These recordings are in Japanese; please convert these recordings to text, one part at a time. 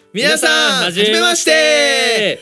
皆さんはじめまして。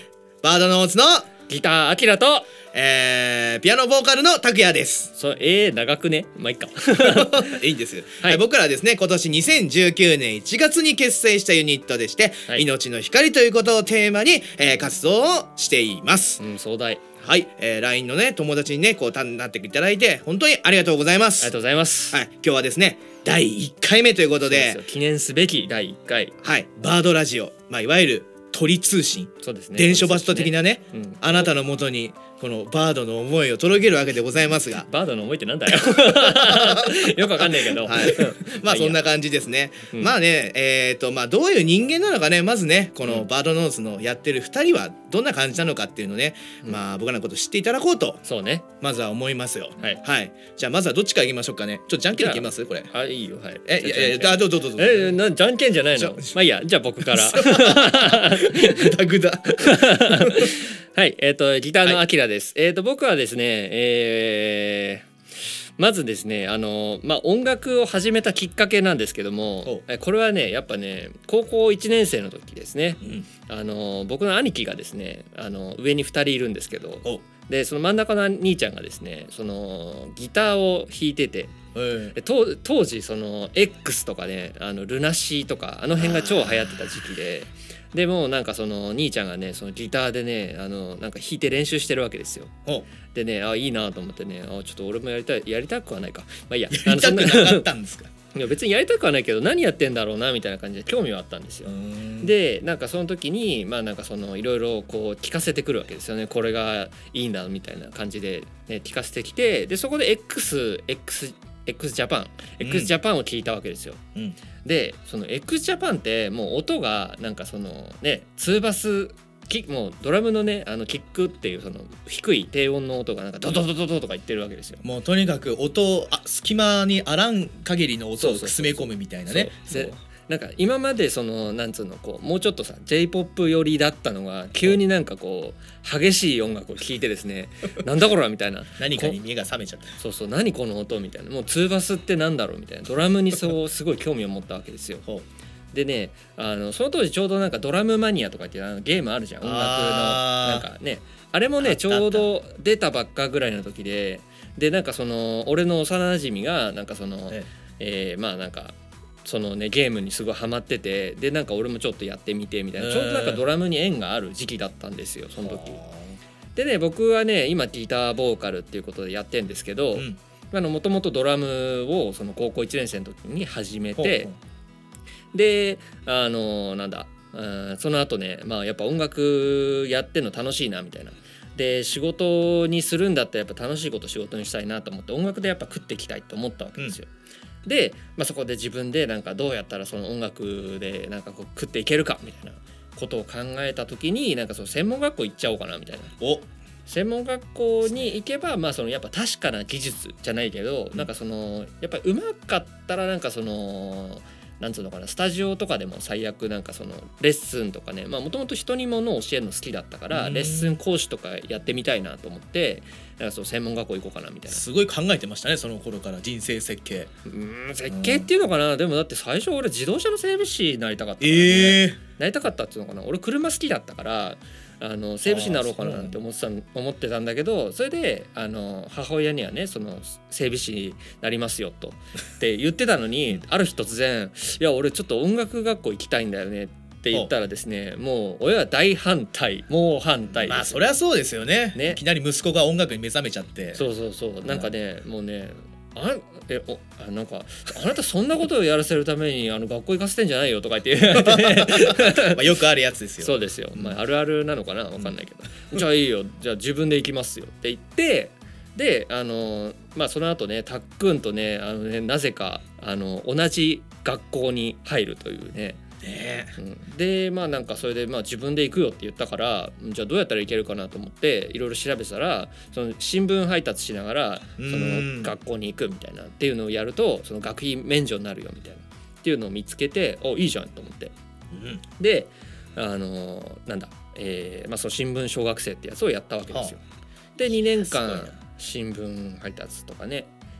バードノーツのギターアキラとピアノボーカルの拓也です。 長くね、まあいいかいいんですよ、 はい。 僕らはですね、今年2019年1月に結成したユニットでして、 はい、 命の光ということをテーマに、活動をしています。 壮大。 はい、LINE のね友達にねこうなっていただいて本当にありがとうございます。 ありがとうございます。 はい、今日はですね第1回目ということで、 記念すべき第1回。 はい、バードラジオ、いわゆる鳥通信、 そうですね、 伝書バスト的なね、あなたのもとにこのバードの思いを届けるわけでございますがバードの思いってなんだよよくわかんないけど、 はい、そんな感じですね。まあねどういう人間なのかね、まずねこのバードノーツのやってる2人はどんな感じなのかっていうのね、僕らのこと知っていただこうと、そうね、まずは思いますよ。はい、はい、じゃあまずはどっちからいきましょうかね。ちょっとじゃんけんいきますこれ。 あ、いいよ。はい。 どうぞ。 じゃんけんじゃないの。まあいいや、じゃあ僕からグダグダはい、ギターのアキラです。僕はですね、まずですね、音楽を始めたきっかけなんですけども、これはねやっぱね高校1年生の時ですね、僕の兄貴がですね上に2人いるんですけど、でその真ん中の兄ちゃんがですねそのギターを弾いてて、当時その X とかねルナシーとかあの辺が超流行ってた時期でもうなんかその兄ちゃんがねそのギターでねなんか弾いて練習してるわけですよ。でねいいなと思ってねちょっと俺もやりたくはないか、まあいいや、 やりたくなかったんですかいや別にやりたくはないけど何やってんだろうなみたいな感じで興味はあったんですよ。でなんかその時になんかそのいろいろこう聞かせてくるわけですよね。これがいいんだみたいな感じで、ね、聞かせてきて、でそこで x ジャパンを聞いたわけですよ。でその x ジャパンってもう音がなんかそのね2バスもうドラムのねキックっていうその低い低音の音がなんかドドドドドとか言ってるわけですよ。 もうとにかく音隙間にあらん限りの音を詰め込むみたいなね。 なんか今までそのなんつうのこうもうちょっとさ J-POP 寄りだったのが急になんかこう激しい音楽を聴いてですねなんだこれみたいな何かに目が覚めちゃった。 そう何この音みたいな、もうツーバスってなんだろうみたいなドラムにそうすごい興味を持ったわけですよ。でねその当時ちょうどなんかドラムマニアとかってゲームあるじゃん、音楽のなんかねあれもねちょうど出たばっかぐらいの時でなんかその俺の幼馴染がなんかそのなんかそのねゲームにすごいハマってて、でなんか俺もちょっとやってみてみたいな、ちょうどなんかドラムに縁がある時期だったんですよその時でね。僕はね今ギターボーカルっていうことでやってんですけど、もともとドラムをその高校1年生の時に始めて、でなんだその後ねやっぱ音楽やってんの楽しいなみたいな、で仕事にするんだったらやっぱ楽しいこと仕事にしたいなと思って音楽でやっぱ食っていきたいと思ったわけですよ。で、そこで自分でなんかどうやったらその音楽でなんかこう食っていけるかみたいなことを考えた時に、なんかその専門学校行っちゃおうかなみたいな。専門学校に行けばそのやっぱ確かな技術じゃないけど、なんかそのやっぱり上手かったらなんかそのなんつうのかな、スタジオとかでも最悪なんかそのレッスンとかね、もともと人にものを教えるの好きだったからレッスン講師とかやってみたいなと思って、なんかそう専門学校行こうかなみたいな。すごい考えてましたねその頃から。人生設計設計っていうのかな。でもだって最初俺自動車の整備士になりたかったからね、なりたかったっていうのかな。俺車好きだったから整備士になろうかなって思ってたんだけど、それで母親にはねその整備士になりますよとって言ってたのにある日突然いや俺ちょっと音楽学校行きたいんだよねって言ったらですね、もう親は大反対、もう反対です。 そりゃそうですよね。いきなり息子が音楽に目覚めちゃって。 そうなんかねもうねなんかあなたそんなことをやらせるために学校行かせてんじゃないよとか言って言われてねよくあるやつですよ。 そうですよ、あるあるなのかな分かんないけど、じゃあいいよじゃあ自分で行きますよって言って、でその後ねたっくんとねなぜか同じ学校に入るというね。でなんかそれで自分で行くよって言ったから、じゃあどうやったら行けるかなと思っていろいろ調べたら、その新聞配達しながらその学校に行くみたいなっていうのをやるとその学費免除になるよみたいなっていうのを見つけて、いいじゃんと思って、でなんだその新聞小学生ってやつをやったわけですよ。で2年間新聞配達とかね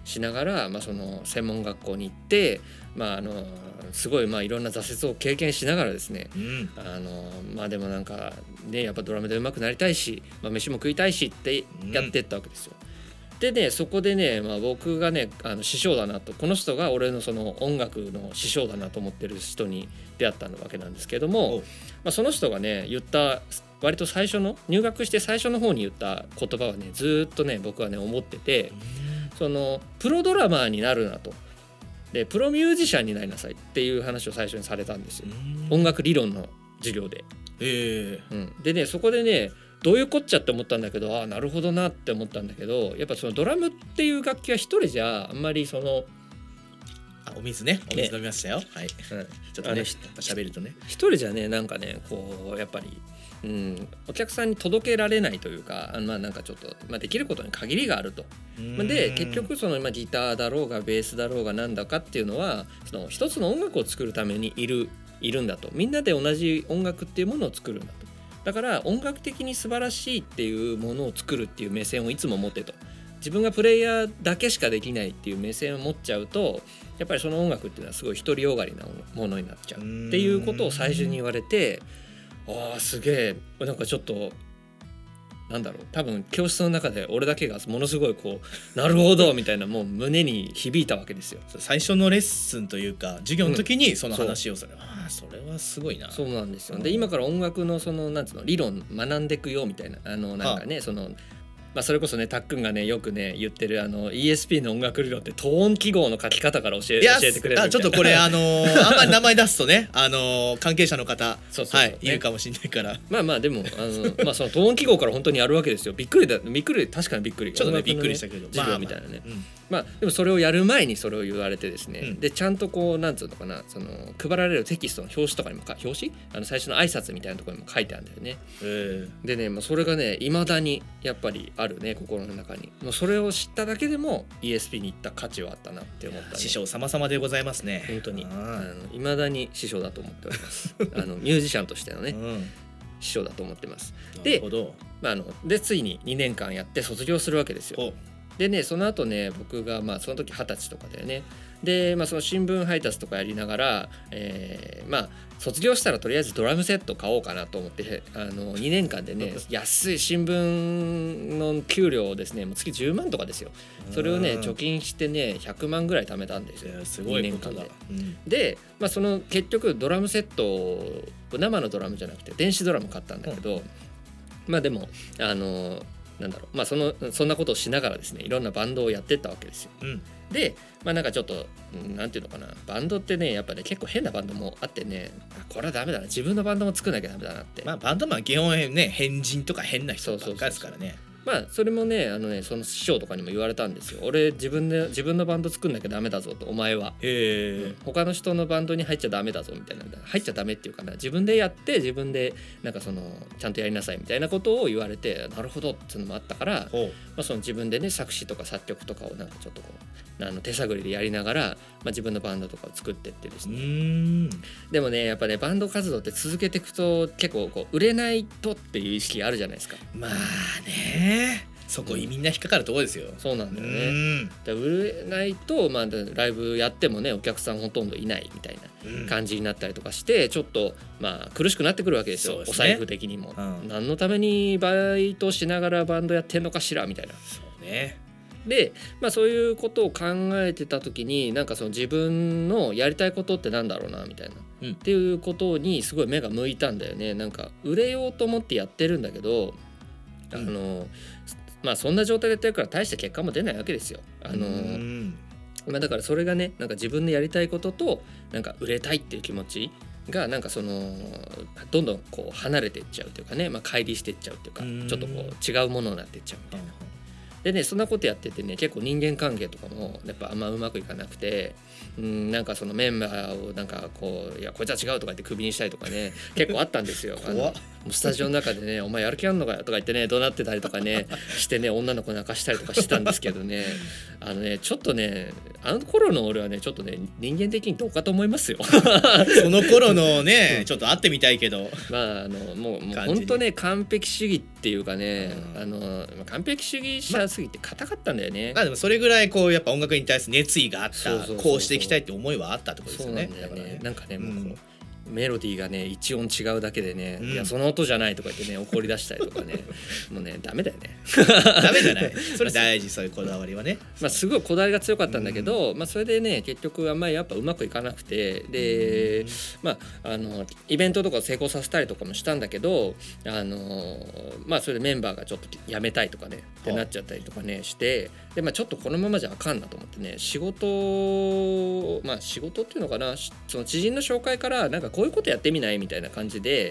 しながら、その専門学校に行って、すごいいろんな挫折を経験しながらですね、でもなんかねやっぱドラムで上手くなりたいし、飯も食いたいしってやってったわけですよ。でねそこでね、僕がね師匠だなと、この人が俺のその音楽の師匠だなと思ってる人に出会ったわけなんですけども、その人がね言った割と最初の入学して最初の方に言った言葉はねずっとね僕はね思ってて、そのプロドラマーになるなと、でプロミュージシャンになりなさいっていう話を最初にされたんですよ、音楽理論の授業で。でねそこでねどういうこっちゃって思ったんだけど、なるほどなって思ったんだけど、やっぱそのドラムっていう楽器は一人じゃあんまりそのお水飲みましたよ。はい。ちょっとね喋るとね一人じゃねなんかねこうやっぱりお客さんに届けられないというか、なんかちょっと、できることに限りがあると。で結局そのギターだろうがベースだろうがなんだかっていうのはその一つの音楽を作るためにいるんだと。みんなで同じ音楽っていうものを作るんだと。だから音楽的に素晴らしいっていうものを作るっていう目線をいつも持ってと。自分がプレイヤーだけしかできないっていう目線を持っちゃうと、やっぱりその音楽っていうのはすごい独りよがりなものになっちゃうっていうことを最初に言われて、すげえなんかちょっとなんだろう、多分教室の中で俺だけがものすごいこうなるほどみたいなもう胸に響いたわけですよ。 最初のレッスンというか授業の時にその話をそれはすごいな。 そうなんですよ。で今から音楽のそのなんつうの理論学んでいくよみたいななんかねそのそれこそねたっくんがねよくね言ってるESP の音楽理論ってトーン記号の書き方から教えてくれるみたいな。 ちょっとこれあんまり名前出すとね関係者の方いるかもしれないから、 でもそのトーン記号から本当にやるわけですよ。びっくり確かにびっくり、 ちょっとねびっくりしたけど授業みたいなね。でもそれをやる前にそれを言われてですね、でちゃんとこうなんつうのかな、その配られるテキストの表紙とかにも表紙最初の挨拶みたいなところにも書いてあるんだよね。でねそれがね未だにやっぱりあるね心の中に。もうそれを知っただけでも ESP に行った価値はあったなって思った、ね、 師匠様々でございますね。 本当に未だに師匠だと思っておりますミュージシャンとしてのね、師匠だと思ってます。で、でついに2年間やって卒業するわけですよ。でねその後ね僕がその時20歳とかだよね。でその新聞配達とかやりながら、卒業したらとりあえずドラムセット買おうかなと思って2年間でね安い新聞の給料をですねもう月10万とかですよ。それをね貯金してね100万ぐらい貯めたんですよ。 すごいことだ。 で、その結局ドラムセットを生のドラムじゃなくて電子ドラム買ったんだけど、でもなんだろうそんなことをしながらですねいろんなバンドをやってったわけですよ。でなんかちょっとなんていうのかな、バンドってねやっぱね結構変なバンドもあってね、これはダメだな、自分のバンドも作んなきゃダメだなって。 バンドマン基本ね変人とか変な人ばっかりですからね。 それもねその師匠とかにも言われたんですよ。俺自分のバンド作んなきゃダメだぞと、お前は他の人のバンドに入っちゃダメだぞみたいな、入っちゃダメっていうかな、自分でやって自分でなんかそのちゃんとやりなさいみたいなことを言われて、なるほどっていうのもあったから、その自分でね作詞とか作曲とかをなんかちょっとこう手探りでやりながら、自分のバンドとかを作ってってですね。でもねやっぱねバンド活動って続けていくと結構こう売れないとっていう意識あるじゃないですか。 そこみんな引っかかるところですよ。 そうなんだよね。売れないと、ライブやってもねお客さんほとんどいないみたいな感じになったりとかして、ちょっと苦しくなってくるわけですよ。お財布的にも、何のためにバイトしながらバンドやってんのかしらみたいな。 そうね。 で、そういうことを考えてた時になんかその自分のやりたいことってなんだろうなみたいな、っていうことにすごい目が向いたんだよね。なんか売れようと思ってやってるんだけど、そんな状態でやってるから大した結果も出ないわけですよ。だからそれがねなんか自分でやりたいこととなんか売れたいっていう気持ちがなんかそのどんどんこう離れていっちゃうというかね、乖離していっちゃうというか、ちょっとこう違うものになっていっちゃうみたいな。でねそんなことやっててね結構人間関係とかもやっぱあんまうまくいかなくて、なんかそのメンバーをなんかこういやこいつは違うとか言ってクビにしたりとかね結構あったんですよ。 うスタジオの中でねお前やる気あんのかよとか言ってね怒鳴ってたりとかねしてね女の子泣かしたりとかしてたんですけどねちょっとねあの頃の俺はねちょっとね人間的にどうかと思いますよその頃のねちょっと会ってみたいけどまあもう本当ね完璧主義っていうかね完璧主義者すぎて硬かったんだよね。 でもそれぐらいこうやっぱ音楽に対する熱意があったこうしていきたいって思いはあったってことですよね。 そうなんだよね。なんかねもうメロディーがね一音違うだけでね、いやその音じゃないとか言ってね怒り出したりとかねもうねダメだよねダメじゃないそれ大事そういうこだわりはねすごいこだわりが強かったんだけど、それでね結局あんまりやっぱうまくいかなくてでイベントとか成功させたりとかもしたんだけどそれでメンバーがちょっと辞めたいとかねってなっちゃったりとかねしてでちょっとこのままじゃあかんなと思ってね仕事っていうのかなその知人の紹介からなんかこういうことやってみないみたいな感じで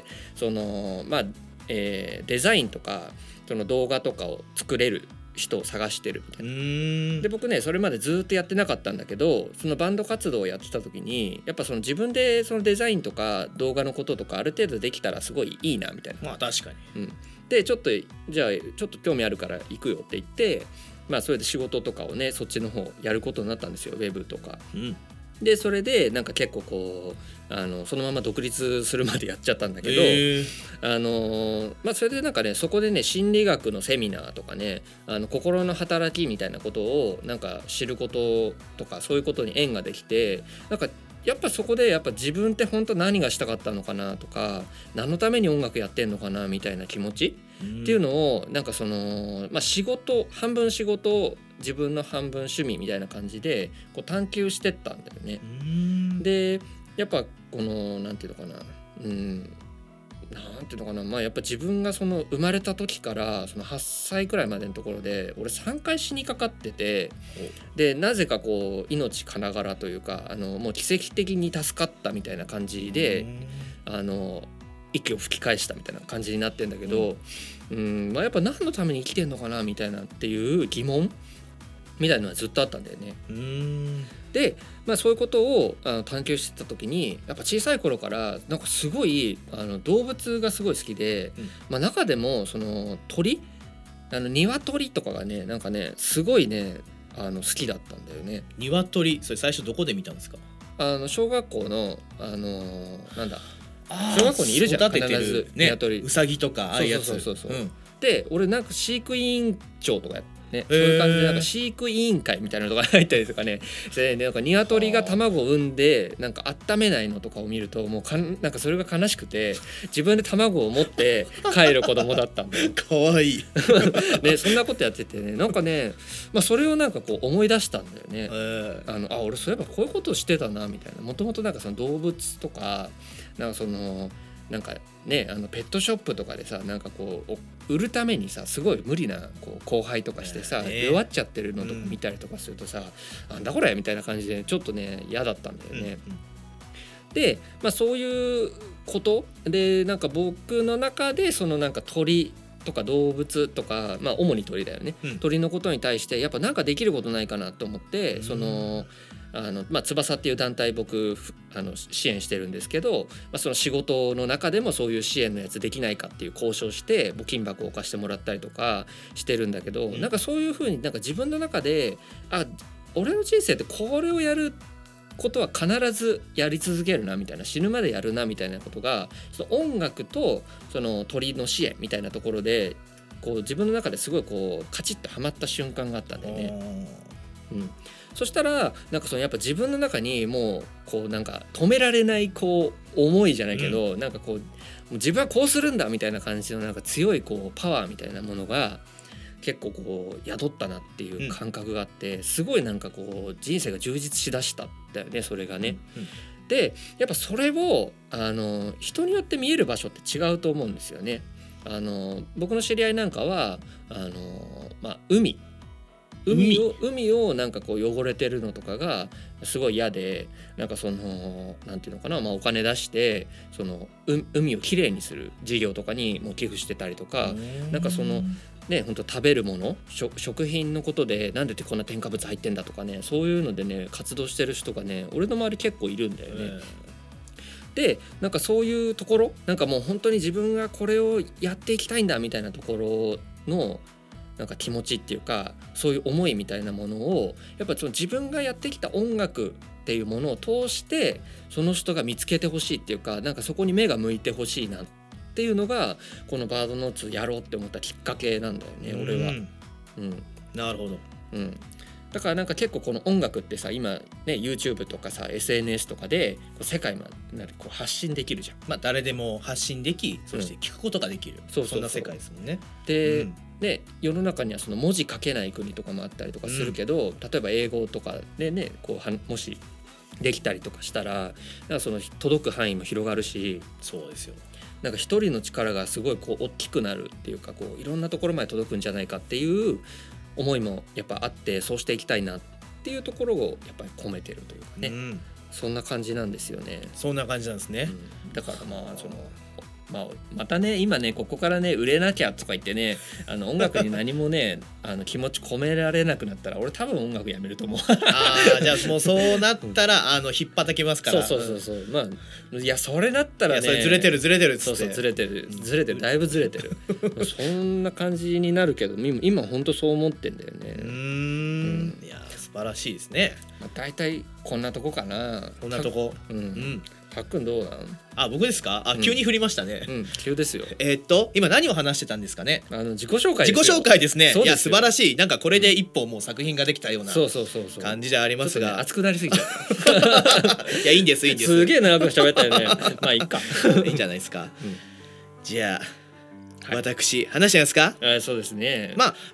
デザインとかその動画とかを作れる人を探してるみたいな。で僕ねそれまでずっとやってなかったんだけどそのバンド活動をやってた時にやっぱその自分でそのデザインとか動画のこととかある程度できたらすごいいいなみたいな。 確かに、 でちょっとじゃあちょっと興味あるから行くよって言ってそれで仕事とかをねそっちの方やることになったんですよウェブとか。でそれでなんか結構こうそのまま独立するまでやっちゃったんだけど、それでなんかねそこでね心理学のセミナーとかね心の働きみたいなことをなんか知ることとかそういうことに縁ができてなんかやっぱそこでやっぱ自分って本当何がしたかったのかなとか何のために音楽やってんのかなみたいな気持ちっていうのをなんかその仕事半分仕事自分の半分趣味みたいな感じでこう探求してったんだよね。でやっぱこのなんていうのかななんていうのかなやっぱ自分がその生まれた時からその8歳くらいまでのところで俺3回死にかかっててでなぜかこう命からがらというかもう奇跡的に助かったみたいな感じで息を吹き返したみたいな感じになってんだけどやっぱ何のために生きてんのかなみたいなっていう疑問みたいなのはずっとあったんだよね。で、そういうことを探求してた時にやっぱ小さい頃からなんかすごい動物がすごい好きで、中でもその鳥鶏とかがねなんかねすごいね好きだったんだよね。 鶏それ最初どこで見たんですか？ 小学校のなんだ小学校にいるじゃん育ててる鶏うさぎとかああいうやつ。 で俺なんか飼育委員長とかやってね、そういう感じでなんか飼育委員会みたいなのとか入ったりとかねでなんか鶏が卵を産んでなんか温めないのとかを見るともうなんかそれが悲しくて自分で卵を持って帰る子供だったんだよかわいいね、そんなことやっててねなんかね、それをなんかこう思い出したんだよね。俺そういえばこういうことをしてたなみたいな。もともとなんかその動物とかなんかそのなんかねペットショップとかでさなんかこう売るためにさすごい無理なこう後輩とかしてさ弱っちゃってるのとか見たりとかするとさ、なんだこれみたいな感じでちょっとね嫌だったんだよね。で、そういうことでなんか僕の中でそのなんか鳥とか動物とか主に鳥だよね、鳥のことに対してやっぱなんかできることないかなと思ってその翼っていう団体僕支援してるんですけど、その仕事の中でもそういう支援のやつできないかっていう交渉して募金箱を貸してもらったりとかしてるんだけど、なんかそういう風になんか自分の中で俺の人生ってこれをやることは必ずやり続けるなみたいな死ぬまでやるなみたいなことがその音楽とその鳥の支援みたいなところでこう自分の中ですごいこうカチッとはまった瞬間があったんだよね。そしたらなんかそのやっぱ自分の中にもうこうなんか止められないこう思いじゃないけど、なんかこうもう自分はこうするんだみたいな感じのなんか強いこうパワーみたいなものが結構こう宿ったなっていう感覚があって、すごいなんかこう人生が充実しだしたんだよねそれがね。でやっぱそれを人によって見える場所って違うと思うんですよね。僕の知り合いなんかは海をなんかこう汚れてるのとかがすごい嫌でなんかそのなんていうのかな、お金出してその海をきれいにする事業とかにもう寄付してたりとか、なんかそのね本当食べるもの食品のことでなんでってこんな添加物入ってんだとかねそういうのでね活動してる人がね俺の周り結構いるんだよね。 でなんかそういうところなんかもう本当に自分がこれをやっていきたいんだみたいなところのなんか気持ちっていうかそういう思いみたいなものをやっぱその自分がやってきた音楽っていうものを通してその人が見つけてほしいっていうかなんかそこに目が向いてほしいなっていうのがこのバードノーツやろうって思ったきっかけなんだよね俺は。 なるほど。 だからなんか結構この音楽ってさ今ね YouTube とかさ SNS とかでこう世界までこう発信できるじゃん。 まあ誰でも発信できそして聞くことができる、そんな世界ですもんね。 で、で世の中にはその文字書けない国とかもあったりとかするけど、例えば英語とかでねこうもしできたりとかしたらなんかその届く範囲も広がるし、 そうですよ。 なんか一人の力がすごいこう大きくなるっていうかこういろんなところまで届くんじゃないかっていう思いもやっぱあってそうしていきたいなっていうところをやっぱり込めてるというかね、そんな感じなんですよね。 そんな感じなんですね。 だからまたね今ねここからね売れなきゃとか言ってね音楽に何もね気持ち込められなくなったら俺多分音楽やめると思う。 じゃあもうそうなったら引っ叩きますから。 そうまあいやそれだったらねそれずれてるっつって。 そうずれてるだいぶずれてるそんな感じになるけど今ほんとそう思ってんだよね。 いや素晴らしいですね。 だいたいこんなとこかな。 こんなとこ。 たっくんどうなん？ 僕ですか？急に振りましたね。 急ですよ。 今何を話してたんですかね？ 自己紹介ですよ。 自己紹介ですね。いや素晴らしい。なんかこれで一本もう作品ができたような感じでありますが、 熱くなりすぎちゃったいやいいんです。 すげえ長く喋ったよね。まあいいか。 いいんじゃないですか。じゃあ私話しちゃいますか？ そうですね。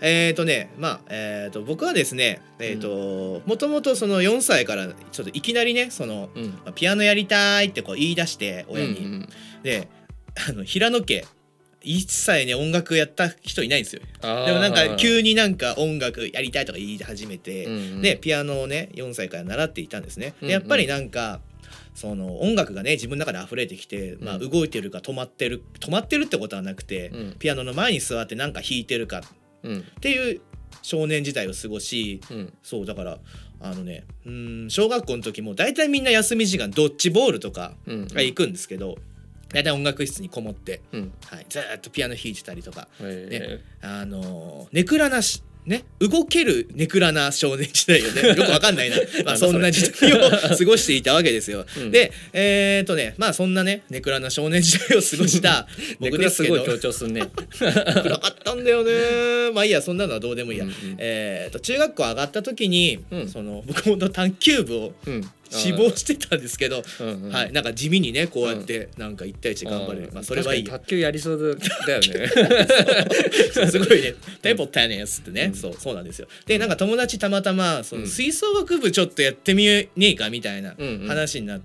僕はですねもともとその4歳からちょっといきなりねピアノやりたいってこう言い出して親に、で平野家一切ね音楽やった人いないんですよ。でもなんか急になんか音楽やりたいとか言い始めて、でピアノをね4歳から習っていたんですね。でやっぱりなんかその音楽がね自分の中で溢れてきて、動いてるか止まってるってことはなくて、ピアノの前に座ってなんか弾いてるかっていう少年時代を過ごし、そうだから小学校の時も大体みんな休み時間ドッジボールとか行くんですけど、大体音楽室にこもって、ずっとピアノ弾いてたりとか、ネクラなしね、動けるネクラな少年時代よね。よくわかんないな。そんな時代を過ごしていたわけですよ。で、そんなねネクラな少年時代を過ごした僕ですけど、 すごい強調すんね。 暗かったんだよね。まあいいや、そんなのはどうでもいいや。中学校上がった時に、僕も卓球部を志望してたんですけど、なんか地味にねこうやってなんか1対1頑張れる、それはいい。 卓球やりそうだよね。 すごいね。テーブルテニスってね、そうなんですよ。でなんか友達たまたまその吹奏楽部ちょっとやってみねえかみたいな話になって、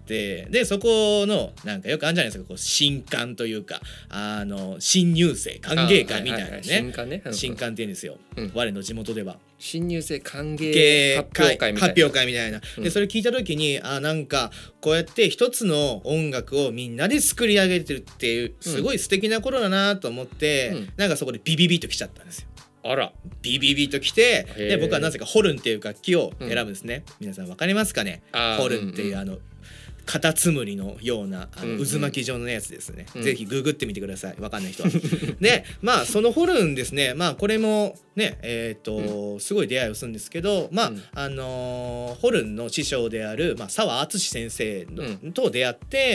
でそこのなんかよくあるんじゃないですか、こう新歓というか新入生歓迎会みたいなね、新歓って言うんですよ、我の地元では。 新入生歓迎発表会みたいな。でそれ聞いた時になんかこうやって一つの音楽をみんなで作り上げてるっていうすごい素敵な頃だなと思って、なんかそこでビビビと来ちゃったんですよ。 あらビビビと来て、で僕はなぜかホルンっていう楽器を選ぶんですね。皆さん分かりますかね？ホルンっていうカタツムリのような渦巻き状のやつですね。ぜひググってみてください、分かんない人は。でそのホルンですね、これもねすごい出会いをするんですけど、ホルンの師匠である澤敦先生と出会って、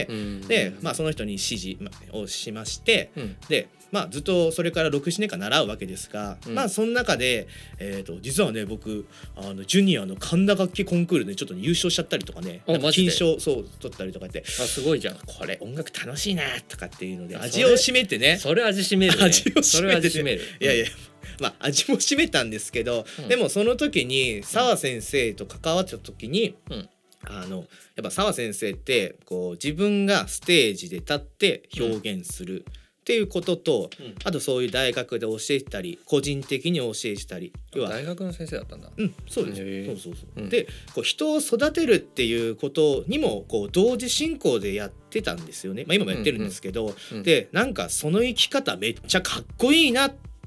でその人に師事をしまして、でずっとそれから 6,7 年間習うわけですが、その中で、実はね僕ジュニアの神田楽器コンクールでちょっと優勝しちゃったりとかね、金賞取ったりとかって、 すごいじゃん、 これ音楽楽しいなとかっていうので味を占めてね、 それ味占めるね、 味を占める、いやいや味も占めたんですけど、でもその時に澤先生と関わってた時に、やっぱ澤先生ってこう自分がステージで立って表現する、っていうことと、あとそういう大学で教えたり個人的に教えたり、 要は大学の先生だったんだ。 そうです。そうでこう人を育てるっていうことにもこう同時進行でやってたんですよね。今もやってるんですけど、でなんかその生き方めっちゃかっこいいなって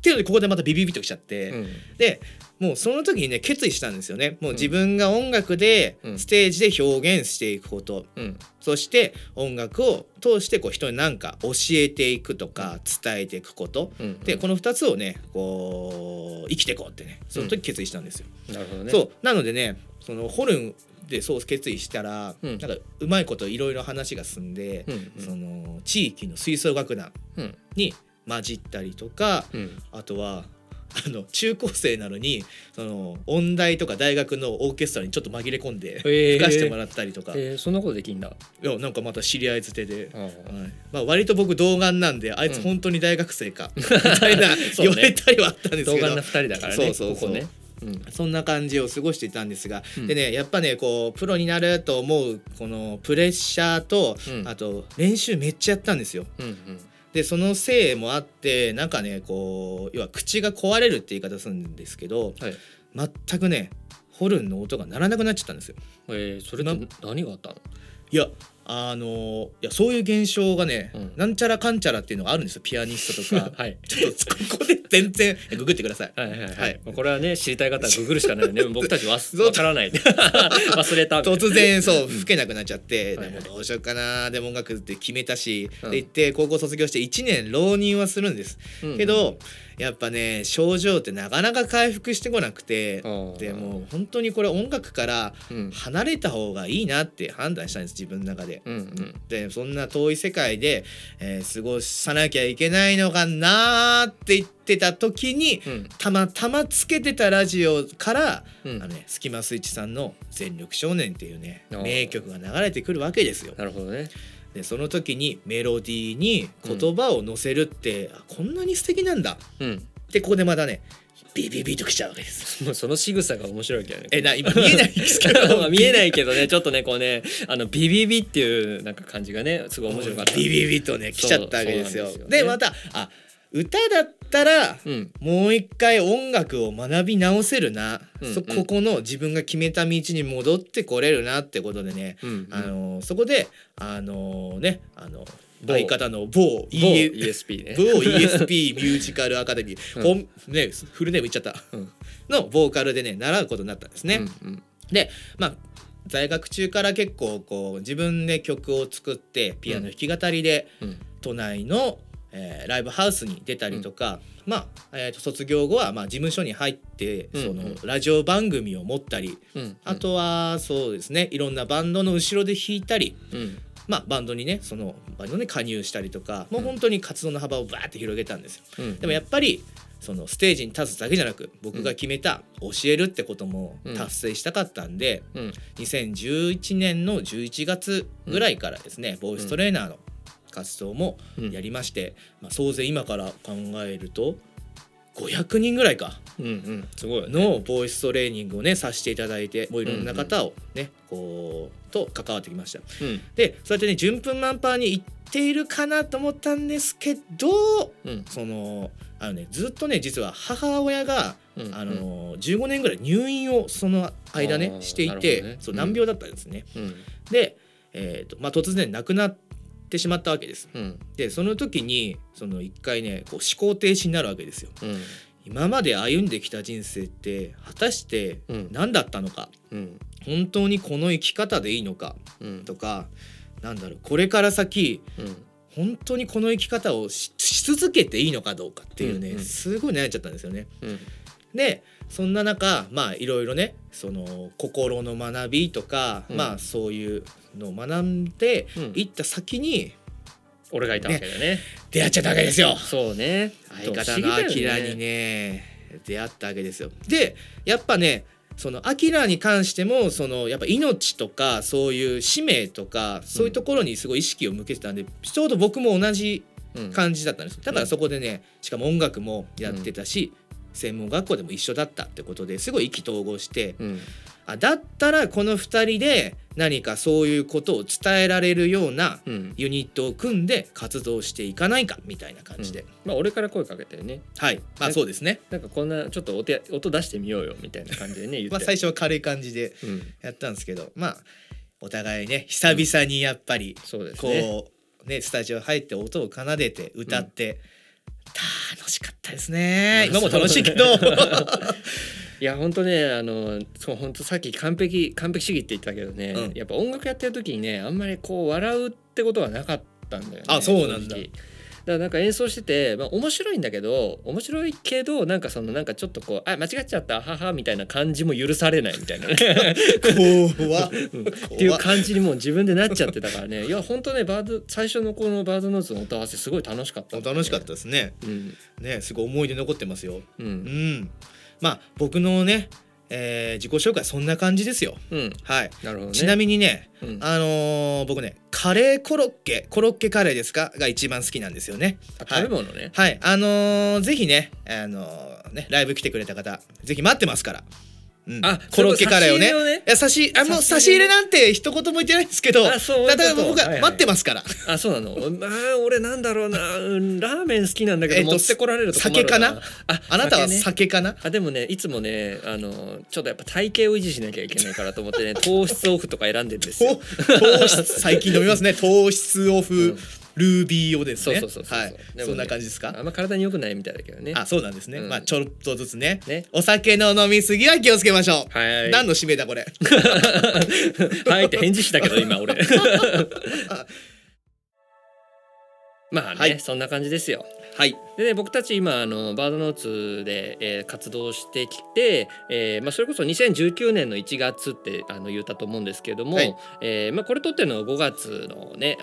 っていうのでここでまたビビビッときちゃって、でもうその時にね決意したんですよね。もう自分が音楽でステージで表現していくこと、そして音楽を通してこう人に何か教えていくとか伝えていくこと、でこの2つをねこう生きていこうってねその時決意したんですよ。 なるほどね。 そうなのでねそのホルンでそう決意したら、なんかうまいこといろいろ話が進んで、その地域の吹奏楽団に混じったりとか、あとは中高生なのにその音大とか大学のオーケストラにちょっと紛れ込んで吹かしてもらったりとか、 そんなことできんだ。 いやなんかまた知り合いづてで、まあ、割と僕童顔なんであいつ本当に大学生か、みたいな言われたりはあったんですけど、 童顔な2人だからね。 そうここね。そんな感じを過ごしていたんですが、 うん、 でねやっぱねこうプロになると思うこのプレッシャーと、あと練習めっちゃやったんですよ。でそのせいもあってなんかねこう要は口が壊れるって言い方するんですけど、全くねホルンの音が鳴らなくなっちゃったんですよ。 それって何があったの？ いやそういう現象がね、なんちゃらかんちゃらっていうのがあるんですよピアニストとか、ちょっとここで全然ググってください。 これはね知りたい方はググるしかないよね。僕たちわからない忘れた突然そう吹けなくなっちゃって、でもどうしようかなでも音楽って決めたし、って言って高校卒業して1年浪人はするんです、けどやっぱね症状ってなかなか回復してこなくて、でもう本当にこれ音楽から離れた方がいいなって判断したんです自分の中で。でそんな遠い世界で、過ごさなきゃいけないのかなって言ってた時に、たまたまつけてたラジオから、スキマスイッチさんの「全力少年」っていうね名曲が流れてくるわけですよ。 なるほどね。 でその時にメロディーに言葉を乗せるって、こんなに素敵なんだ、でここでまたねビビビときちゃうわけです。 もうその仕草が面白いけどね。 今見えないですけど見えないけどねちょっとねこうねビビビっていうなんか感じがねすごい面白かった。 ビビビとね来ちゃったわけですよ。でまた歌だったら、もう一回音楽を学び直せるな、ここの自分が決めた道に戻ってこれるなってことでね、そこで相方の某 ESP ね某 ESP ミュージカルアカデミー、フルネーム言っちゃった、のボーカルでね習うことになったんですね。で在学中から結構こう自分で曲を作ってピアノ弾き語りで、都内のライブハウスに出たりとか、卒業後は事務所に入ってそのラジオ番組を持ったり、あとはそうですねいろんなバンドの後ろで弾いたり、バンドにねそのバンドに加入したりとか、もう本当に活動の幅をバーって広げたんですよ。でもやっぱりそのステージに立つだけじゃなく僕が決めた教えるってことも達成したかったんで、2011年の11月ぐらいからですね、ボイストレーナーの活動もやりまして、総勢今から考えると500人ぐらいかすごいのボイストレーニングをねさせていただいて、もういろんな方をねこうと関わってきました。でそうやってね順風満帆にいっているかなと思ったんですけど、そのずっとね実は母親が15年ぐらい入院をその間ねしていて、そう難病だったんですね。で突然亡くなってしまったわけです。でその時にその一回ねこう思考停止になるわけですよ。今まで歩んできた人生って果たして何だったのか、本当にこの生き方でいいのか、とかなんだろうこれから先、本当にこの生き方を し続けていいのかどうかっていうね、すごい悩んじゃったんですよね。でそんな中いろいろねその心の学びとか、そういうのを学んでいった先に、 俺がいたわけだよね。 出会っちゃったわけですよ。 そうね。 相方のアキラにね出会ったわけですよ。でやっぱねそのアキラに関してもそのやっぱ命とかそういう使命とかそういうところにすごい意識を向けてたんで、ちょうど僕も同じ感じだったんです。だからそこでねしかも音楽もやってたし、専門学校でも一緒だったってことですごい意気投合して、だったらこの2人で何かそういうことを伝えられるようなユニットを組んで活動していかないかみたいな感じで、 俺から声かけてね。 そうですね。 なんかこんなちょっと音出してみようよみたいな感じでね言って最初は軽い感じでやったんですけど、お互いね久々にやっぱりこうねスタジオ入って音を奏でて歌って、楽しかった。 ったですね。今も楽しいけどいや本当ねそう本当さっき完璧主義って言ったけどね、やっぱ音楽やってる時にねあんまりこう笑うってことはなかったんだよね。 あ、そうなんだ。 だからなんか演奏してて、面白いんだけどなんかなんかちょっとこう間違っちゃったははみたいな感じも許されないみたいなね怖っていう感じにもう自分でなっちゃってたからね。いや本当ね最初のこのバードノーツの音合わせすごい楽しかった、 ね、楽しかったですね、ね、すごい思い出残ってますよ。まあ僕のね自己紹介そんな感じですよ。はい。なるほどね。ちなみにね、僕ねカレーコロッケカレーですかが一番好きなんですよね。 食べ物ね。 はい。ぜひねライブ来てくれた方ぜひ待ってますから。コロッケカレーをね。差し入れなんて一言も言ってないんですけど、だから僕は待ってますから。 あ、そうなの。俺なんだろうな、ラーメン好きなんだけど持ってこられると困るな。 酒かな。あなたは酒かな。 でもねいつもねちょっとやっぱ体型を維持しなきゃいけないからと思ってね糖質オフとか選んでるんですよ。 糖質最近飲みますね。糖質オフ。ルービーをですね。そう。そんな感じですか。 あんま体に良くないみたいだけどね。 あ、そうなんですね。まあちょっとずつね。お酒の飲みすぎは気をつけましょう。はい。何の締めだこれ。 はいって返事したけど今俺。まあね、そんな感じですよ。はい。でね、僕たち今バードノーツで、活動してきて、それこそ2019年の1月って言ったと思うんですけれども、これ撮ってるのは5月のね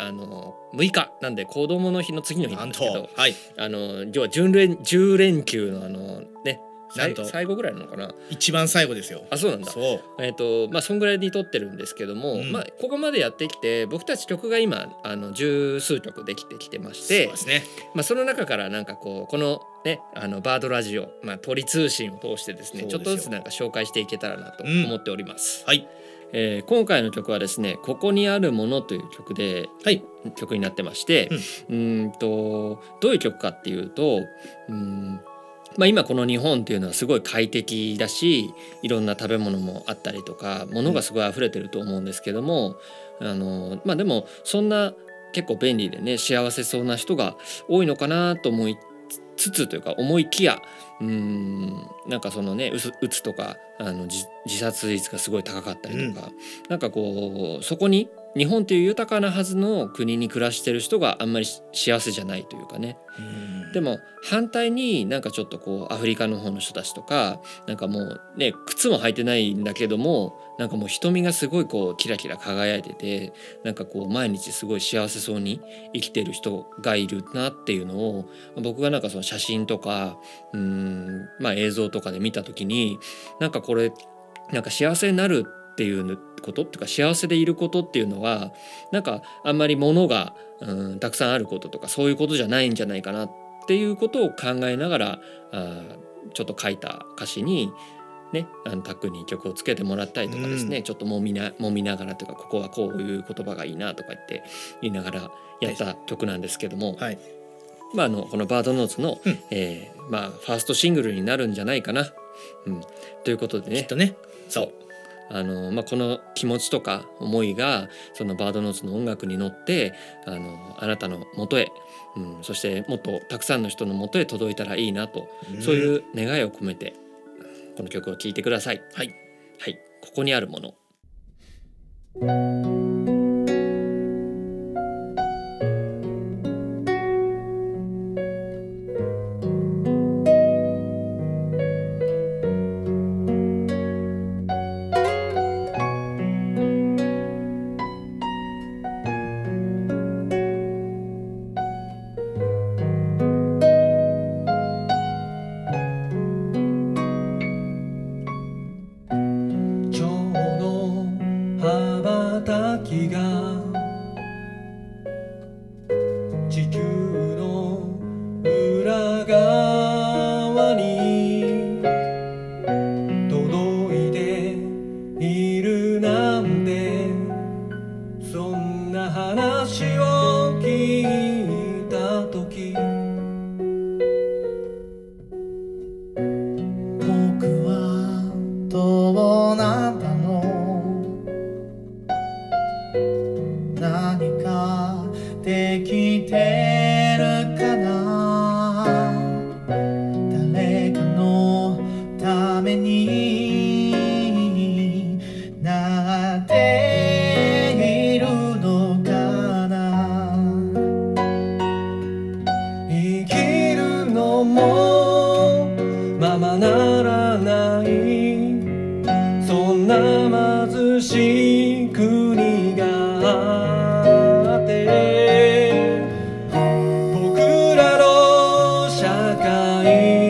6日なんで子供の日の次の日なんですけど、要は10連休のね最後ぐらいなのかな。 一番最後ですよ。 あ、そうなんだ。そんぐらいに撮ってるんですけども、ここまでやってきて僕たち曲が今十数曲できてきてまして、そうですね。その中からなんかこのねバードラジオ鳥通信を通してですねちょっとずつなんか紹介していけたらなと思っております。はい。今回の曲はですねここにあるものという曲で、曲になってまして、どういう曲かっていうと今この日本っていうのはすごい快適だしいろんな食べ物もあったりとか物がすごい溢れてると思うんですけども、でもそんな結構便利でね幸せそうな人が多いのかなと思いつつというか思いきやなんかそのねうつとか自殺率がすごい高かったりとか、なんかこうそこに日本っていう豊かなはずの国に暮らしてる人があんまり幸せじゃないというかね。でも反対になんかちょっとこうアフリカの方の人たちとかなんかもうね靴も履いてないんだけどもなんかもう瞳がすごいこうキラキラ輝いててなんかこう毎日すごい幸せそうに生きてる人がいるなっていうのを僕がなんかその写真とか映像とかで見た時になんかこれなんか幸せになるっていうことっていうか幸せでいることっていうのはなんかあんまり物がたくさんあることとかそういうことじゃないんじゃないかなっていうことを考えながらちょっと書いた歌詞にねタックに曲をつけてもらったりとかですね、ちょっともみながらというかここはこういう言葉がいいなとか言いながらやった曲なんですけども、このバードノーツの、ファーストシングルになるんじゃないかな、ということでね。きっとね。そう。この気持ちとか思いがそのバードノーツの音楽に乗ってあなたの元へ、そしてもっとたくさんの人の元へ届いたらいいなと、そういう願いを込めてこの曲を聴いてください。はい、ここにあるもの。 羽ばたもままならない、そんな貧しい国があって、僕らの社会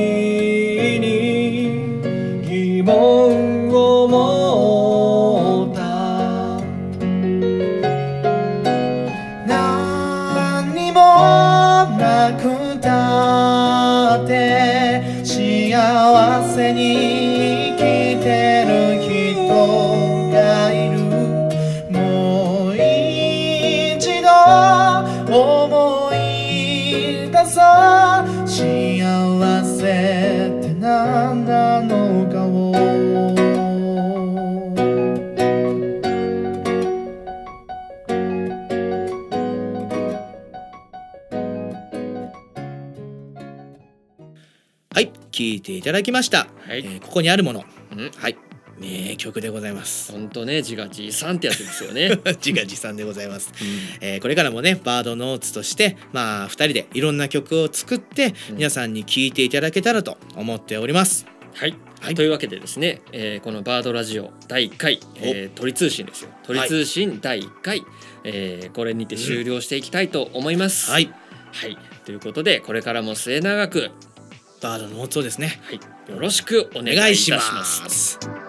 に疑問を持った。何にもなくたって幸せに生きてる人がいる。もう一度思い出そう、幸せって何なのかを。 はい、聴いていただきました、 はい、 ここにあるもの、 はい、 名曲でございます。 本当ね、自画自賛ってやつですよね。 自画自賛でございます、これからもねバードノーツとして2人でいろんな曲を作って、皆さんに聴いていただけたらと思っております。 はい、はい、というわけでですね、このバードラジオ第1回、鳥通信ですよ、鳥通信第1回、これにて終了していきたいと思います。はい、はい、ということでこれからも末永くバードノーツをですね、 はい、よろしくお願いいたします。